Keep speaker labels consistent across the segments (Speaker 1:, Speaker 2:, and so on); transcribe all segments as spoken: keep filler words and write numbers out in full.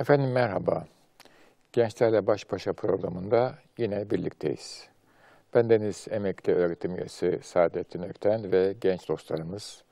Speaker 1: Efendim merhaba. Gençlerle Baş Başa programında yine birlikteyiz. Bendeniz emekli öğretim üyesi Saadettin Ökten ve genç dostlarımız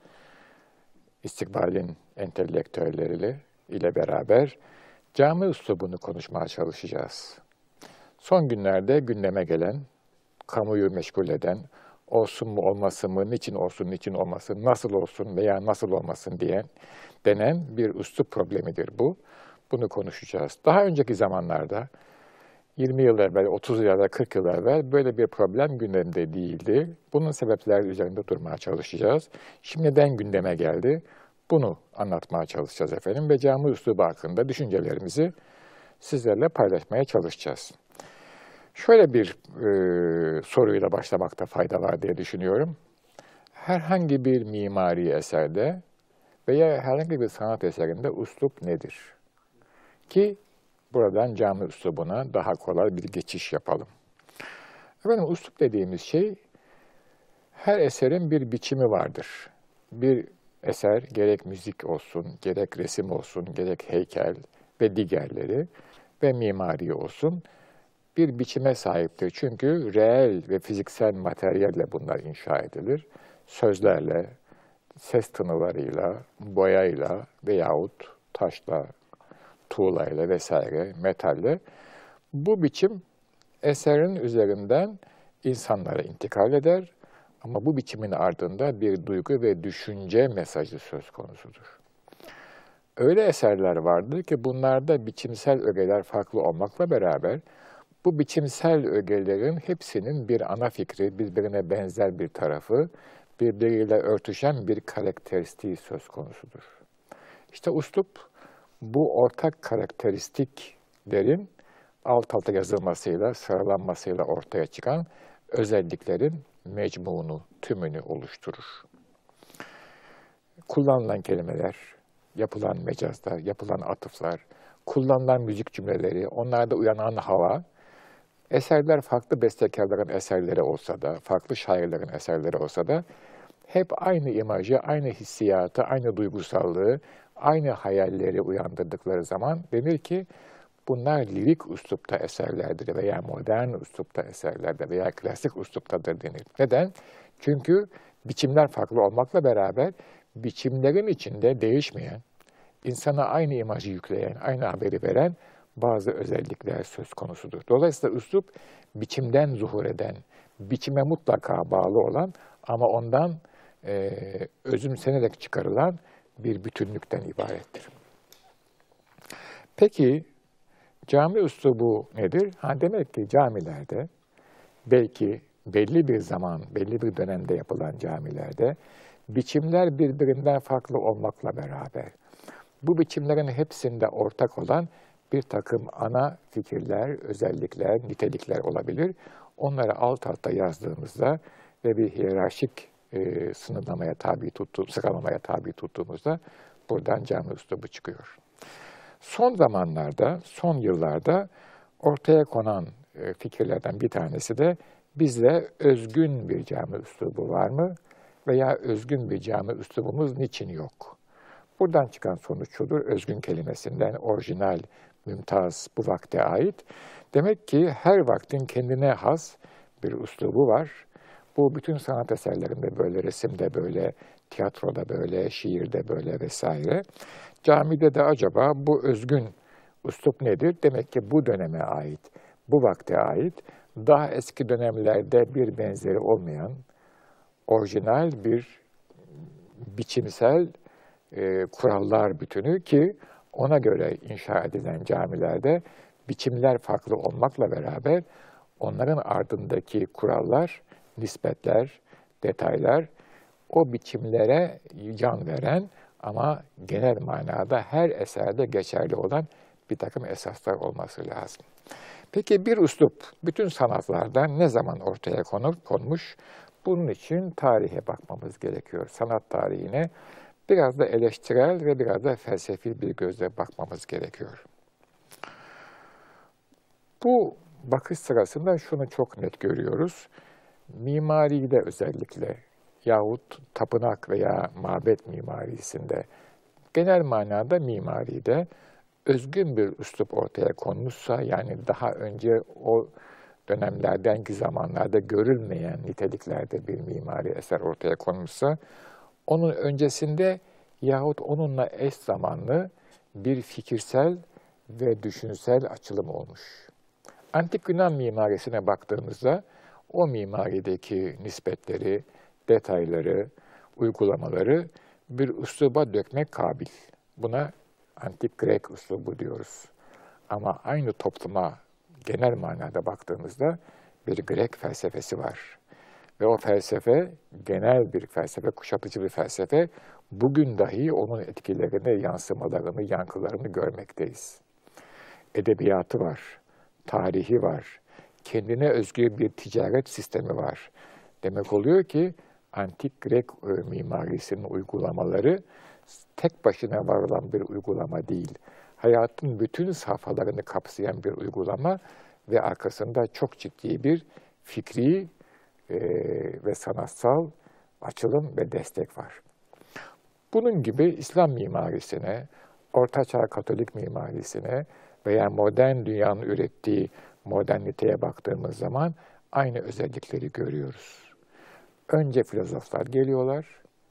Speaker 1: istikbalin entelektüelleri ile beraber cami üslubunu konuşmaya çalışacağız. Son günlerde gündeme gelen, kamuoyu meşgul eden, olsun mu olmasın mı, niçin olsun, niçin olmasın, nasıl olsun veya nasıl olmasın diyen, denen bir üslup problemidir bu. Bunu konuşacağız. Daha önceki zamanlarda, yirmi yıl evvel, otuz yıl evvel, kırk yıl evvel böyle bir problem gündemde değildi. Bunun sebepleri üzerinde durmaya çalışacağız. Şimdi neden gündeme geldi? Bunu anlatmaya çalışacağız efendim ve cami üslubu hakkında düşüncelerimizi sizlerle paylaşmaya çalışacağız. Şöyle bir e, soruyla başlamakta fayda var diye düşünüyorum. Herhangi bir mimari eserde veya herhangi bir sanat eserinde üslup nedir? Ki buradan cami üslubuna daha kolay bir geçiş yapalım. Efendim üslup dediğimiz şey, her eserin bir biçimi vardır. Bir eser gerek müzik olsun, gerek resim olsun, gerek heykel ve diğerleri ve mimari olsun bir biçime sahiptir. Çünkü reel ve fiziksel materyalle bunlar inşa edilir. Sözlerle, ses tınılarıyla, boyayla veyahut taşla, tuğlayla vesaire, metalle. Bu biçim eserin üzerinden insanlara intikal eder ama bu biçimin ardında bir duygu ve düşünce mesajı söz konusudur. Öyle eserler vardır ki bunlarda biçimsel ögeler farklı olmakla beraber bu biçimsel ögelerin hepsinin bir ana fikri, birbirine benzer bir tarafı, birbiriyle örtüşen bir karakteristiği söz konusudur. İşte üslup, bu ortak karakteristiklerin alt alta yazılmasıyla, sıralanmasıyla ortaya çıkan özelliklerin mecmuunu, tümünü oluşturur. Kullanılan kelimeler, yapılan mecazlar, yapılan atıflar, kullanılan müzik cümleleri, onlarda uyanan hava, eserler farklı bestekarların eserleri olsa da, farklı şairlerin eserleri olsa da, hep aynı imajı, aynı hissiyatı, aynı duygusallığı, aynı hayalleri uyandırdıkları zaman denir ki bunlar lirik üslupta eserlerdir veya modern üslupta eserlerdir veya klasik üsluptadır denir. Neden? Çünkü biçimler farklı olmakla beraber biçimlerin içinde değişmeyen, insana aynı imajı yükleyen, aynı haberi veren bazı özellikler söz konusudur. Dolayısıyla üslup biçimden zuhur eden, biçime mutlaka bağlı olan ama ondan e, özümsenerek çıkarılan bir bütünlükten ibarettir. Peki cami üslubu nedir? Ha, demek ki camilerde belki belli bir zaman, belli bir dönemde yapılan camilerde biçimler birbirinden farklı olmakla beraber bu biçimlerin hepsinde ortak olan bir takım ana fikirler, özellikler, nitelikler olabilir. Onları alt alta yazdığımızda ve bir hiyerarşik e, sınırlamaya tabi tuttuğum, sıralamaya tabi tuttuğumuzda buradan cami üslubu çıkıyor. Son zamanlarda, son yıllarda ortaya konan e, fikirlerden bir tanesi de bizde özgün bir cami üslubu var mı veya özgün bir cami üslubumuz niçin yok? Buradan çıkan sonuç şudur, özgün kelimesinden orijinal, mümtaz, bu vakte ait. Demek ki her vaktin kendine has bir üslubu var. Bu bütün sanat eserlerinde böyle, resimde böyle, tiyatroda böyle, şiirde böyle vesaire. Camide de acaba bu özgün üslup nedir? Demek ki bu döneme ait, bu vakte ait, daha eski dönemlerde bir benzeri olmayan, orijinal bir biçimsel e, kurallar bütünü ki ona göre inşa edilen camilerde biçimler farklı olmakla beraber onların ardındaki kurallar, nispetler, detaylar o biçimlere can veren ama genel manada her eserde geçerli olan bir takım esaslar olması lazım. Peki bir üslup bütün sanatlarda ne zaman ortaya konur, konmuş? Bunun için tarihe bakmamız gerekiyor. Sanat tarihine biraz da eleştirel ve biraz da felsefi bir gözle bakmamız gerekiyor. Bu bakış sırasında şunu çok net görüyoruz. Mimaride özellikle yahut tapınak veya mabet mimarisinde, genel manada mimaride özgün bir üslup ortaya konmuşsa, yani daha önce o dönemlerdenki zamanlarda görülmeyen niteliklerde bir mimari eser ortaya konmuşsa, onun öncesinde yahut onunla eş zamanlı bir fikirsel ve düşünsel açılım olmuş. Antik Yunan mimarisine baktığımızda o mimarideki nispetleri, detayları, uygulamaları bir üsluba dökmek kabil. Buna Antik Grek üslubu diyoruz. Ama aynı topluma genel manada baktığımızda bir Grek felsefesi var. Ve o felsefe genel bir felsefe, kuşatıcı bir felsefe. Bugün dahi onun etkilerini, yansımalarını, yankılarını görmekteyiz. Edebiyatı var, tarihi var, kendine özgü bir ticaret sistemi var. Demek oluyor ki Antik Grek mimarisinin uygulamaları tek başına var olan bir uygulama değil. Hayatın bütün safhalarını kapsayan bir uygulama ve arkasında çok ciddi bir fikri e, ve sanatsal açılım ve destek var. Bunun gibi İslam mimarisine, Ortaçağ Katolik mimarisine veya modern dünyanın ürettiği moderniteye baktığımız zaman aynı özellikleri görüyoruz. Önce filozoflar geliyorlar,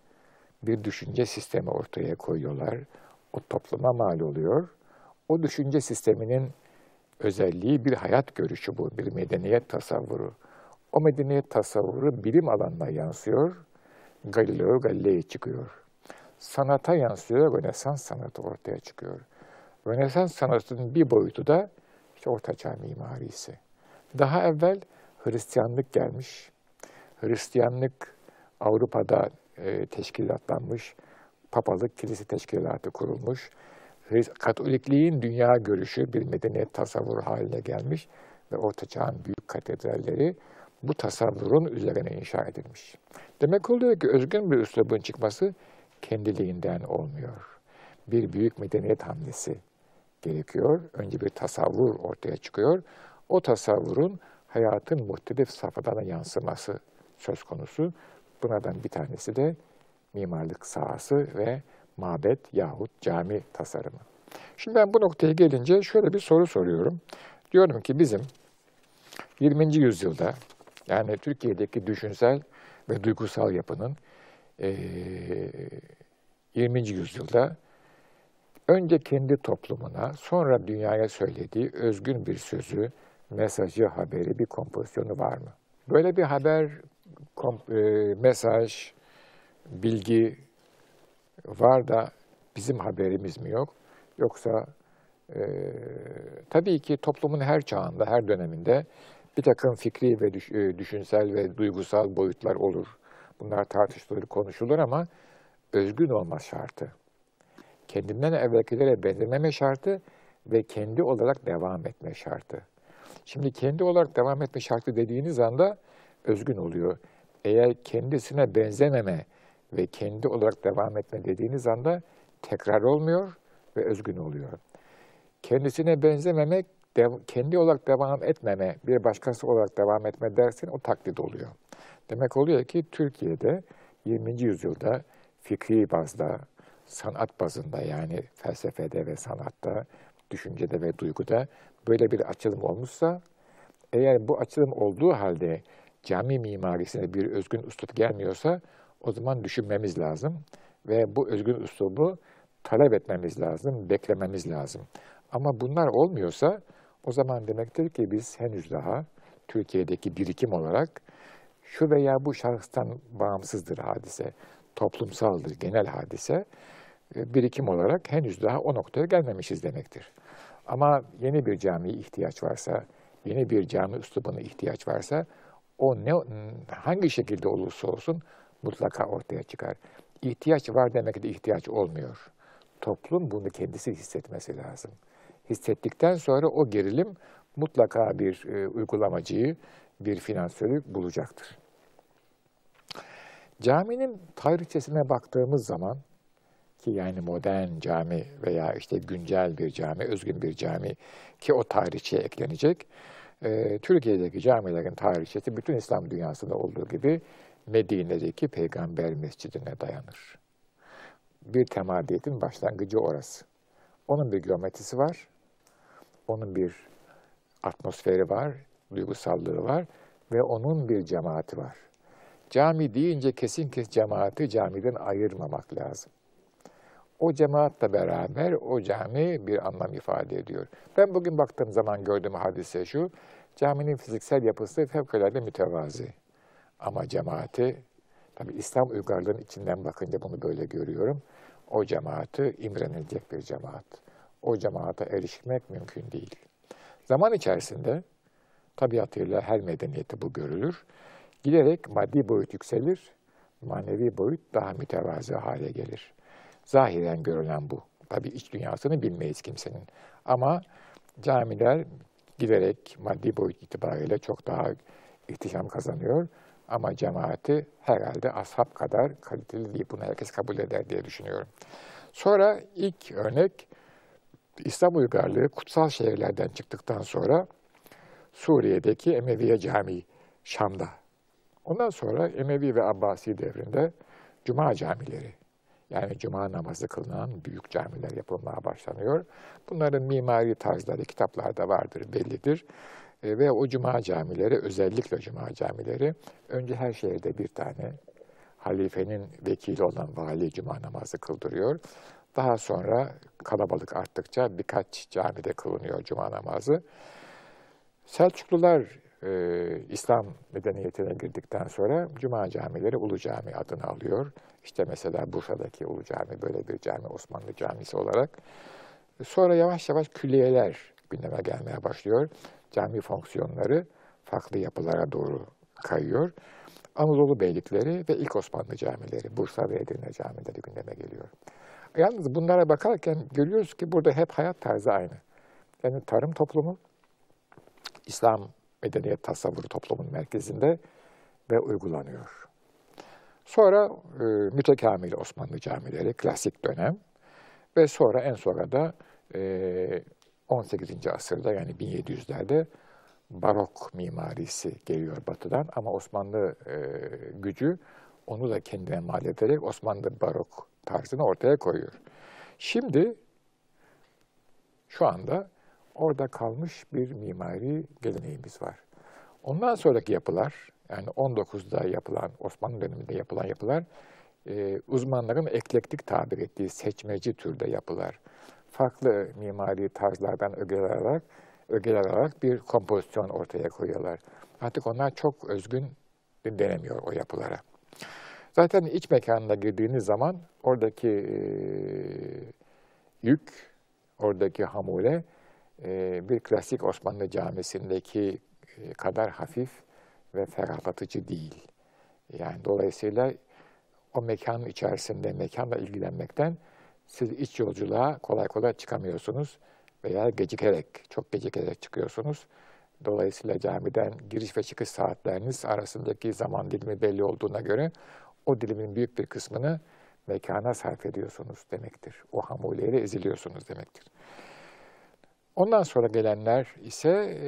Speaker 1: bir düşünce sistemi ortaya koyuyorlar, o topluma mal oluyor. O düşünce sisteminin özelliği bir hayat görüşü bu, bir medeniyet tasavvuru. O medeniyet tasavvuru bilim alanına yansıyor, Galileo Galilei çıkıyor. Sanata yansıyor, Rönesans sanatı ortaya çıkıyor. Rönesans sanatının bir boyutu da işte Ortaçağ mimarisi. Daha evvel Hristiyanlık gelmiş. Hristiyanlık Avrupa'da e, teşkilatlanmış, papalık kilise teşkilatı kurulmuş. Katolikliğin dünya görüşü bir medeniyet tasavvuru haline gelmiş ve Ortaçağ'ın büyük katedralleri bu tasavvurun üzerine inşa edilmiş. Demek oluyor ki özgün bir üslubun çıkması kendiliğinden olmuyor. Bir büyük medeniyet hamlesi gerekiyor. Önce bir tasavvur ortaya çıkıyor. O tasavvurun hayatın muhtelif safhalarına yansıması söz konusu. Bunlardan bir tanesi de mimarlık sahası ve mabet yahut cami tasarımı. Şimdi ben bu noktaya gelince şöyle bir soru soruyorum. Diyorum ki bizim yirminci yüzyılda, yani Türkiye'deki düşünsel ve duygusal yapının yirminci yüzyılda önce kendi toplumuna, sonra dünyaya söylediği özgün bir sözü, mesajı, haberi, bir kompozisyonu var mı? Böyle bir haber, mesaj, bilgi var da bizim haberimiz mi yok? Yoksa e, tabii ki toplumun her çağında, her döneminde bir takım fikri ve düş, e, düşünsel ve duygusal boyutlar olur. Bunlar tartışılır, konuşulur ama özgün olma şartı. Kendinden evvelkilere benzememe şartı ve kendi olarak devam etme şartı. Şimdi kendi olarak devam etme şartı dediğiniz anda özgün oluyor. Eğer kendisine benzememe ve kendi olarak devam etme dediğiniz anda tekrar olmuyor ve özgün oluyor. Kendisine benzememek, kendi olarak devam etmeme, bir başkası olarak devam etme dersin o taklit oluyor. Demek oluyor ki Türkiye'de yirminci yüzyılda fikri bazda, sanat bazında yani felsefede ve sanatta, düşüncede ve duyguda böyle bir açılım olmuşsa, eğer bu açılım olduğu halde cami mimarisine bir özgün üslup gelmiyorsa o zaman düşünmemiz lazım ve bu özgün üslubu talep etmemiz lazım, beklememiz lazım. Ama bunlar olmuyorsa o zaman demektir ki biz henüz daha Türkiye'deki birikim olarak şu veya bu şahıstan bağımsızdır hadise, toplumsaldır, genel hadise, birikim olarak henüz daha o noktaya gelmemişiz demektir. Ama yeni bir camiye ihtiyaç varsa, yeni bir cami üslubuna ihtiyaç varsa, o ne, hangi şekilde olursa olsun mutlaka ortaya çıkar. İhtiyaç var demek de ihtiyaç olmuyor. Toplum bunu kendisi hissetmesi lazım. Hissettikten sonra o gerilim mutlaka bir e, uygulamacıyı, bir finansörü bulacaktır. Caminin tarihçesine baktığımız zaman, ki yani modern cami veya işte güncel bir cami, özgün bir cami ki o tarihçeye eklenecek, e, Türkiye'deki camilerin tarihçesi bütün İslam dünyasında olduğu gibi Medine'deki Peygamber Mescidi'ne dayanır. Bir temadiyetin başlangıcı orası. Onun bir geometrisi var, onun bir atmosferi var, duygusallığı var ve onun bir cemaati var. Cami deyince kesin kes cemaati camiden ayırmamak lazım. O cemaatle beraber o cami bir anlam ifade ediyor. Ben bugün baktığım zaman gördüğüm hadise şu, caminin fiziksel yapısı fevkalade mütevazi. Ama cemaati, tabii İslam uygarlığının içinden bakınca bunu böyle görüyorum. O cemaati imrenilecek bir cemaat. O cemaate erişmek mümkün değil. Zaman içerisinde tabiatıyla her medeniyette bu görülür. Giderek maddi boyut yükselir, manevi boyut daha mütevazı hale gelir. Zahiren görülen bu. Tabii iç dünyasını bilmeyiz kimsenin. Ama camiler giderek maddi boyut itibariyle çok daha ihtişam kazanıyor. Ama cemaati herhalde ashab kadar kaliteli değil. Bunu herkes kabul eder diye düşünüyorum. Sonra ilk örnek İslam uygarlığı kutsal şehirlerden çıktıktan sonra Suriye'deki Emeviye Camii Şam'da. Ondan sonra Emevi ve Abbasi devrinde Cuma camileri, yani Cuma namazı kılınan büyük camiler yapılmaya başlanıyor. Bunların mimari tarzları kitaplarda vardır, bellidir. E, ve o Cuma camileri, özellikle Cuma camileri, önce her şehirde bir tane halifenin vekili olan vali Cuma namazı kıldırıyor. Daha sonra kalabalık arttıkça birkaç camide kılınıyor Cuma namazı. Selçuklular e, İslam medeniyetine girdikten sonra Cuma camileri Ulu Cami adını alıyor. İşte mesela Bursa'daki Ulu Cami böyle bir cami, Osmanlı camisi olarak. Sonra yavaş yavaş külliyeler gündeme gelmeye başlıyor. Cami fonksiyonları farklı yapılara doğru kayıyor. Anadolu beylikleri ve ilk Osmanlı camileri, Bursa ve Edirne camileri gündeme geliyor. Yalnız bunlara bakarken görüyoruz ki burada hep hayat tarzı aynı. Yani tarım toplumu, İslam medeniyet tasavvuru toplumun merkezinde ve uygulanıyor. Sonra e, mütekamil Osmanlı camileri, klasik dönem ve sonra en sonra da e, on sekizinci asırda yani bin yedi yüzlerde barok mimarisi geliyor batıdan ama Osmanlı e, gücü onu da kendine mal ederek Osmanlı barok tarzını ortaya koyuyor. Şimdi şu anda orada kalmış bir mimari geleneğimiz var. Ondan sonraki yapılar, yani on dokuzda yapılan, Osmanlı döneminde yapılan yapılar, e, uzmanların eklektik tabir ettiği seçmeci türde yapılar. Farklı mimari tarzlardan ögeler alarak, ögeler alarak bir kompozisyon ortaya koyuyorlar. Artık onlar çok özgün denemiyor o yapılara. Zaten iç mekanına girdiğiniz zaman oradaki e, yük, oradaki hamule e, bir klasik Osmanlı camisindeki e, kadar hafif ve ferahlatıcı değil. Yani dolayısıyla o mekanın içerisinde mekanla ilgilenmekten siz iç yolculuğa kolay kolay çıkamıyorsunuz veya gecikerek, çok gecikerek çıkıyorsunuz. Dolayısıyla camiden giriş ve çıkış saatleriniz arasındaki zaman dilimi belli olduğuna göre o dilimin büyük bir kısmını mekana sarf ediyorsunuz demektir. O hamuleyle eziliyorsunuz demektir. Ondan sonra gelenler ise e,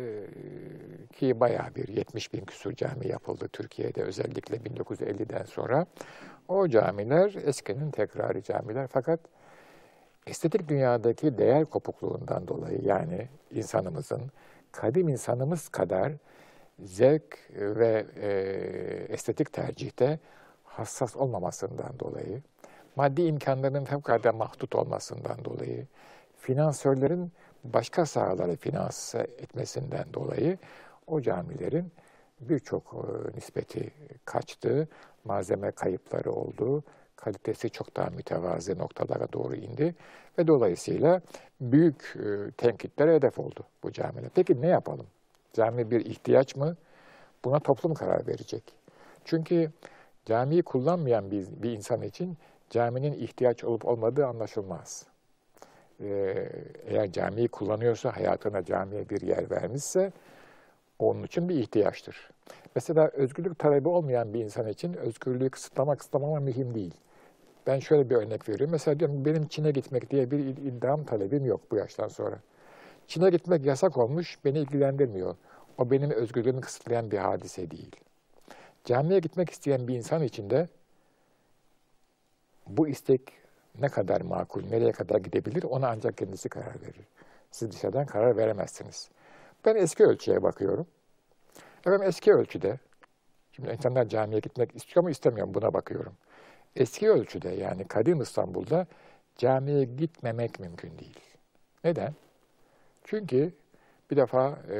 Speaker 1: ki bayağı bir yetmiş bin küsur cami yapıldı Türkiye'de özellikle bin dokuz yüz elliden sonra. O camiler eskinin tekrarı camiler fakat estetik dünyadaki değer kopukluğundan dolayı yani insanımızın kadim insanımız kadar zevk ve e, estetik tercihte hassas olmamasından dolayı, maddi imkanların fevkalade mahdut olmasından dolayı, finansörlerin başka sahaları finanse etmesinden dolayı o camilerin birçok e, nispeti kaçtı, malzeme kayıpları oldu, kalitesi çok daha mütevazı noktalara doğru indi ve dolayısıyla büyük e, tenkitlere hedef oldu bu camiler. Peki ne yapalım? Cami bir ihtiyaç mı? Buna toplum karar verecek. Çünkü camiyi kullanmayan bir, bir insan için caminin ihtiyaç olup olmadığı anlaşılmaz. Ee, eğer camiyi kullanıyorsa, hayatına camiye bir yer vermişse onun için bir ihtiyaçtır. Mesela özgürlük talebi olmayan bir insan için özgürlüğü kısıtlama kısıtlamama mühim değil. Ben şöyle bir örnek veriyorum. Mesela diyorum benim Çin'e gitmek diye bir iddiam, talebim yok bu yaştan sonra. Çin'e gitmek yasak olmuş, beni ilgilendirmiyor. O benim özgürlüğümü kısıtlayan bir hadise değil. Camiye gitmek isteyen bir insan için de bu istek ne kadar makul, nereye kadar gidebilir ona ancak kendisi karar verir. Siz dışarıdan karar veremezsiniz. Ben eski ölçüye bakıyorum. Efendim eski ölçüde, şimdi insanlar camiye gitmek istiyor mu istemiyor mu buna bakıyorum. Eski ölçüde yani kadim İstanbul'da camiye gitmemek mümkün değil. Neden? Çünkü bir defa e,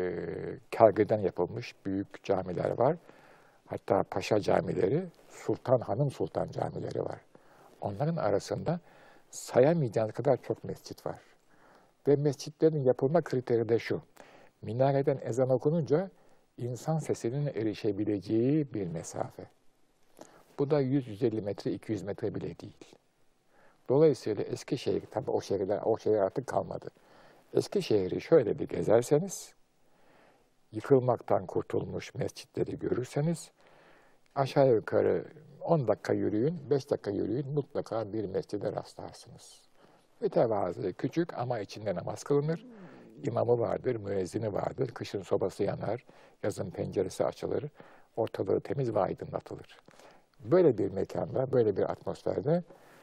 Speaker 1: kârgeden yapılmış büyük camiler var. Hatta paşa camileri, sultan, hanım sultan camileri var. Onların arasında sayamayacağınız kadar çok mescit var. Ve mescitlerin yapılma kriteri de şu. Minareden ezan okununca insan sesinin erişebileceği bir mesafe. Bu da yüz yüz elli metre, iki yüz metre bile değil. Dolayısıyla Eskişehir, tabii o şehirler, o şehir artık kalmadı. Eskişehir'i şöyle bir gezerseniz, yıkılmaktan kurtulmuş mescitleri görürseniz, aşağı yukarı on dakika yürüyün, beş dakika yürüyün, mutlaka bir mescide rastlarsınız. Mütevazı, küçük ama içinde namaz kılınır. İmamı vardır, müezzini vardır, kışın sobası yanar, yazın penceresi açılır, ortalığı temiz ve aydınlatılır. Böyle bir mekanda, böyle bir atmosferde,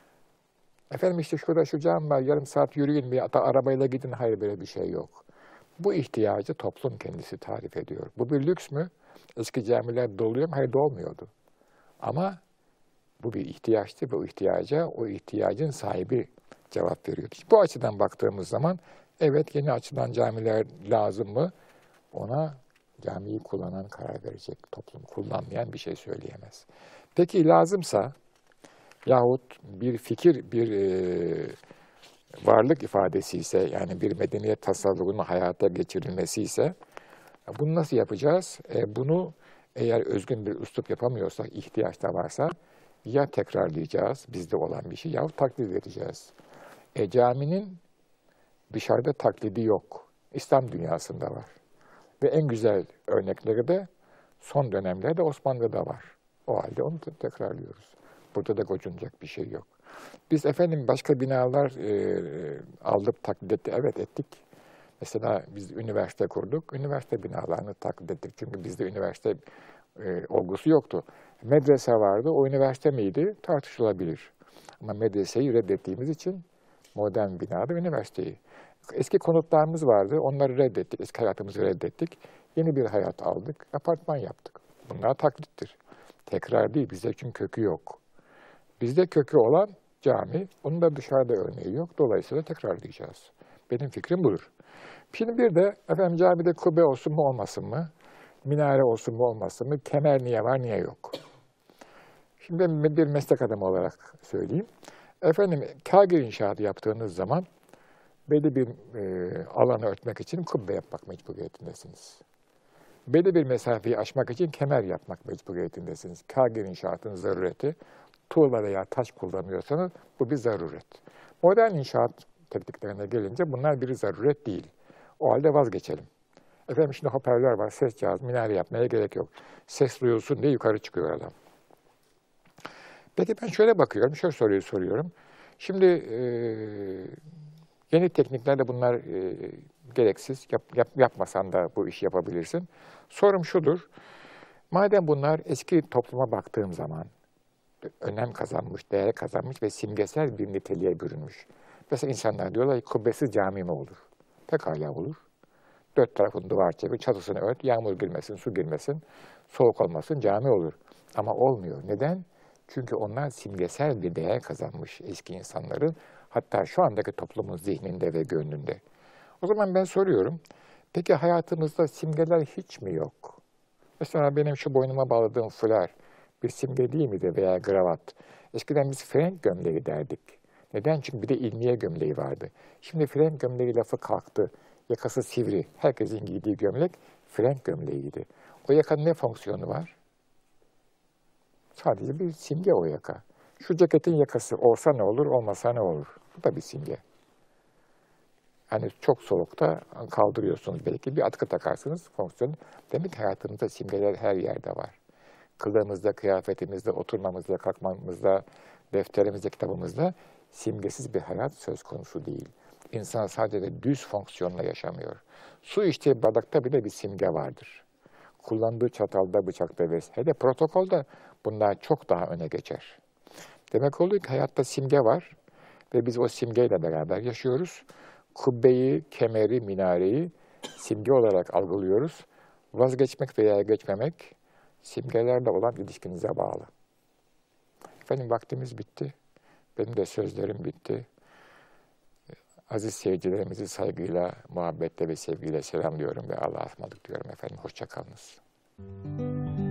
Speaker 1: efendim işte şurada şu cam var, yarım saat yürüyün, bir arabayla gidin, hayır böyle bir şey yok. Bu ihtiyacı toplum kendisi tarif ediyor. Bu bir lüks mü? Eski camiler doluyor mu? Hayır dolmuyordu. Ama bu bir ihtiyaçtı ve o ihtiyaca, o ihtiyacın sahibi cevap veriyordu. Bu açıdan baktığımız zaman, evet yeni açılan camiler lazım mı? Ona camiyi kullanan karar verecek. Toplum kullanmayan bir şey söyleyemez. Peki lazımsa yahut bir fikir, bir e, varlık ifadesi ise, yani bir medeniyet tasavvurunun hayata geçirilmesi ise, bunu nasıl yapacağız? E, bunu eğer özgün bir üslup yapamıyorsak, ihtiyaç da varsa, ya tekrarlayacağız, bizde olan bir şey, yahut taklit edeceğiz. E, caminin dışarıda taklidi yok. İslam dünyasında var. Ve en güzel örnekleri de son dönemlerde Osmanlı'da var. O halde onu tekrarlıyoruz. Burada da gocunacak bir şey yok. Biz efendim başka binalar e, aldık, taklit ettik. Evet ettik. Mesela biz üniversite kurduk. Üniversite binalarını taklit ettik. Çünkü bizde üniversite e, olgusu yoktu. Medrese vardı. O üniversite miydi? Tartışılabilir. Ama medreseyi reddettiğimiz için modern binada üniversiteyi. Eski konutlarımız vardı. Onları reddettik. Eski hayatımızı reddettik. Yeni bir hayat aldık. Apartman yaptık. Bunlar taklittir. Tekrar değil. Bizde çünkü kökü yok. Bizde kökü olan cami. Onun da dışarıda örneği yok. Dolayısıyla tekrarlayacağız. Benim fikrim budur. Şimdi bir de efendim camide kubbe olsun mu olmasın mı? Minare olsun mu olmasın mı? Kemer niye var niye yok? Şimdi ben bir meslek adamı olarak söyleyeyim. Efendim kâgir inşaatı yaptığınız zaman belli bir e, alanı örtmek için kubbe yapmak mecburiyetindesiniz. Belli bir mesafeyi aşmak için kemer yapmak mecburiyetindesiniz. Kâgir inşaatın zarureti, tuğla veya taş kullanıyorsanız bu bir zaruret. Modern inşaat tekniklerine gelince bunlar bir zaruret değil. O halde vazgeçelim. Efendim şimdi hoparlör var, ses cihazı, minare yapmaya gerek yok. Ses duyulsun diye yukarı çıkıyor adam. Peki ben şöyle bakıyorum, şöyle soruyu soruyorum. Şimdi e, yeni tekniklerde bunlar e, gereksiz. Yap, yap, yapmasan da bu işi yapabilirsin. Sorum şudur. Madem bunlar eski topluma baktığım zaman önem kazanmış, değer kazanmış ve simgesel bir niteliğe bürünmüş. Mesela insanlar diyorlar ki kubbesiz cami mi olur? Pekala olur. Dört tarafın duvar çevir, çatısını ört, yağmur girmesin, su girmesin, soğuk olmasın, cami olur. Ama olmuyor. Neden? Çünkü onlar simgesel bir değer kazanmış eski insanların, hatta şu andaki toplumun zihninde ve gönlünde. O zaman ben soruyorum, peki hayatımızda simgeler hiç mi yok? Mesela benim şu boynuma bağladığım fular bir simge değil miydi veya kravat? Eskiden biz frenk gömleği derdik. Neden? Çünkü bir de ilmiye gömleği vardı. Şimdi frenk gömleği lafı kalktı. Yakası sivri. Herkesin giydiği gömlek frenk gömleğiydi. O yakanın ne fonksiyonu var? Sadece bir simge o yaka. Şu ceketin yakası olsa ne olur, olmasa ne olur? Bu da bir simge. Hani çok soğukta kaldırıyorsunuz belki, bir atkı takarsınız fonksiyonu. Demek ki hayatımızda simgeler her yerde var. Kılığımızda, kıyafetimizde, oturmamızda, kalkmamızda, defterimizde, kitabımızda simgesiz bir hayat söz konusu değil. İnsan sadece düz fonksiyonla yaşamıyor. Su içtiği bardakta bile bir simge vardır. Kullandığı çatalda, bıçakta ve hele protokolda bunlar çok daha öne geçer. Demek oluyor ki hayatta simge var Ve biz o simgeyle beraber yaşıyoruz. Kubbeyi, kemeri, minareyi simge olarak algılıyoruz. Vazgeçmek veya geçmemek simgelerle olan ilişkinize bağlı. Efendim vaktimiz bitti. Benim de sözlerim bitti. Aziz seyircilerimizi saygıyla, muhabbetle ve sevgiyle selamlıyorum ve Allah'a ısmarladık diyorum efendim. Hoşça kalınız.